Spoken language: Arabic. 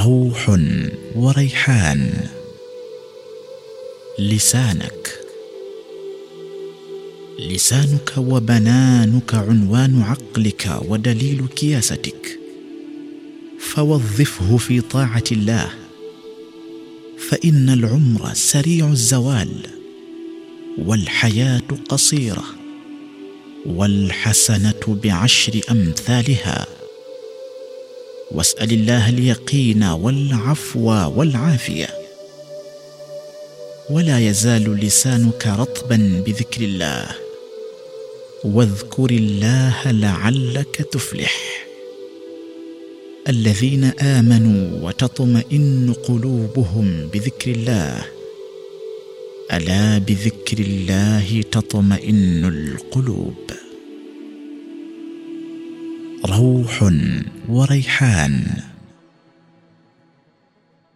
روح وريحان. لسانك وبنانك عنوان عقلك ودليل كياستك، فوظفه في طاعة الله، فإن العمر سريع الزوال، والحياة قصيرة، والحسنة بعشر أمثالها. واسأل الله اليقين والعفو والعافية. ولا يزال لسانك رطبا بذكر الله، واذكر الله لعلك تفلح. الذين آمنوا وتطمئن قلوبهم بذكر الله، ألا بذكر الله تطمئن القلوب. روح وريحان.